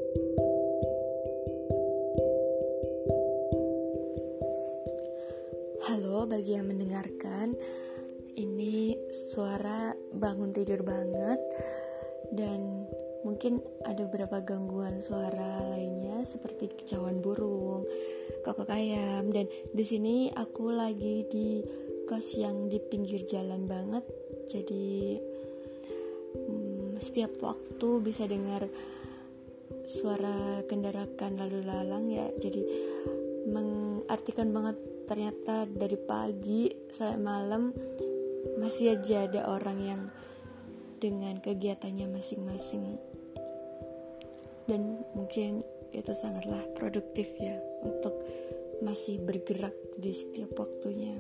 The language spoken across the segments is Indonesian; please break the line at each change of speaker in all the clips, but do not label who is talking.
Halo bagi yang mendengarkan. Ini suara bangun tidur banget, dan mungkin ada beberapa gangguan suara lainnya seperti kicauan burung, kokok ayam. Dan di sini aku lagi di kos yang di pinggir jalan banget. Jadi setiap waktu bisa dengar suara kendaraan lalu lalang ya. Jadi mengartikan banget, ternyata dari pagi sampai malam masih aja ada orang yang dengan kegiatannya masing-masing, dan mungkin itu sangatlah produktif ya untuk masih bergerak di setiap waktunya.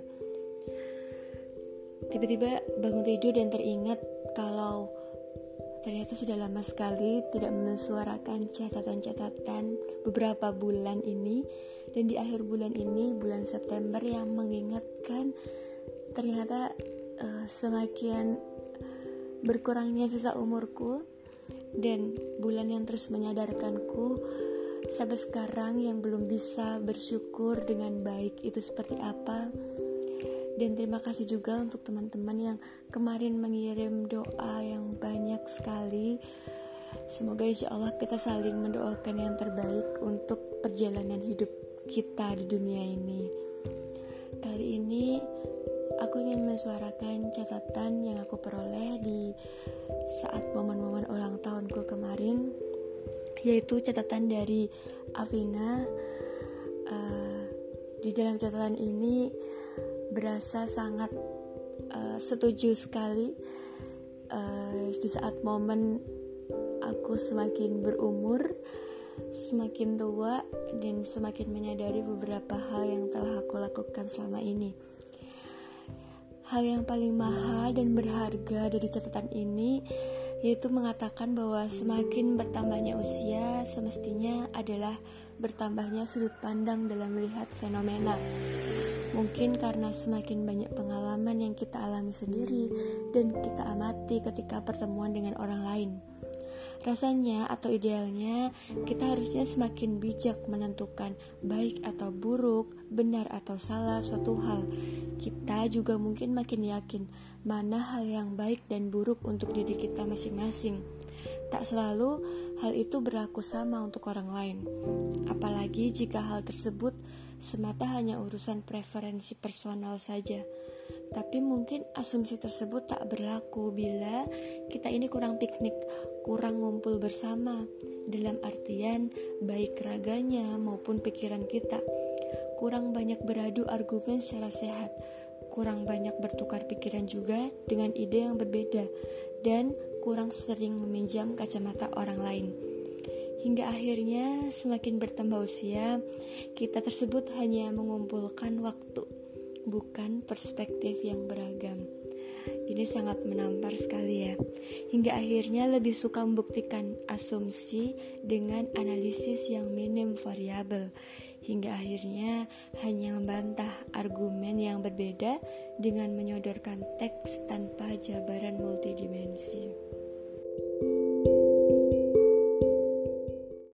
Tiba-tiba bangun tidur dan teringat kalau ternyata sudah lama sekali tidak mensuarakan catatan-catatan beberapa bulan ini. Dan di akhir bulan ini, bulan September, yang mengingatkan ternyata semakin berkurangnya sisa umurku, dan bulan yang terus menyadarkanku sampai sekarang yang belum bisa bersyukur dengan baik itu seperti apa. Dan terima kasih juga untuk teman-teman yang kemarin mengirim doa yang banyak sekali. Semoga insya Allah kita saling mendoakan yang terbaik untuk perjalanan hidup kita di dunia ini. Kali ini aku ingin mensuarakan catatan yang aku peroleh di saat momen-momen ulang tahunku kemarin, yaitu catatan dari Afina. Di dalam catatan ini berasa sangat setuju sekali. Di saat momen aku semakin berumur, semakin tua, dan semakin menyadari beberapa hal yang telah aku lakukan selama ini. Hal yang paling mahal dan berharga dari catatan ini yaitu mengatakan bahwa semakin bertambahnya usia semestinya adalah bertambahnya sudut pandang dalam melihat fenomena. Mungkin karena semakin banyak pengalaman yang kita alami sendiri dan kita amati ketika pertemuan dengan orang lain. Rasanya atau idealnya kita harusnya semakin bijak menentukan baik atau buruk, benar atau salah suatu hal. Kita juga mungkin makin yakin mana hal yang baik dan buruk untuk diri kita masing-masing. Tak selalu hal itu berlaku sama untuk orang lain. Apalagi jika hal tersebut semata hanya urusan preferensi personal saja. Tapi mungkin asumsi tersebut tak berlaku bila kita ini kurang piknik, kurang ngumpul bersama, dalam artian baik raganya maupun pikiran kita, kurang banyak beradu argumen secara sehat, kurang banyak bertukar pikiran juga dengan ide yang berbeda, dan kurang sering meminjam kacamata orang lain. Hingga akhirnya semakin bertambah usia, kita tersebut hanya mengumpulkan waktu, bukan perspektif yang beragam. Ini sangat menampar sekali ya. Hingga akhirnya lebih suka membuktikan asumsi dengan analisis yang minim variabel. Hingga akhirnya hanya membantah argumen yang berbeda dengan menyodorkan teks tanpa jabaran multidimensi.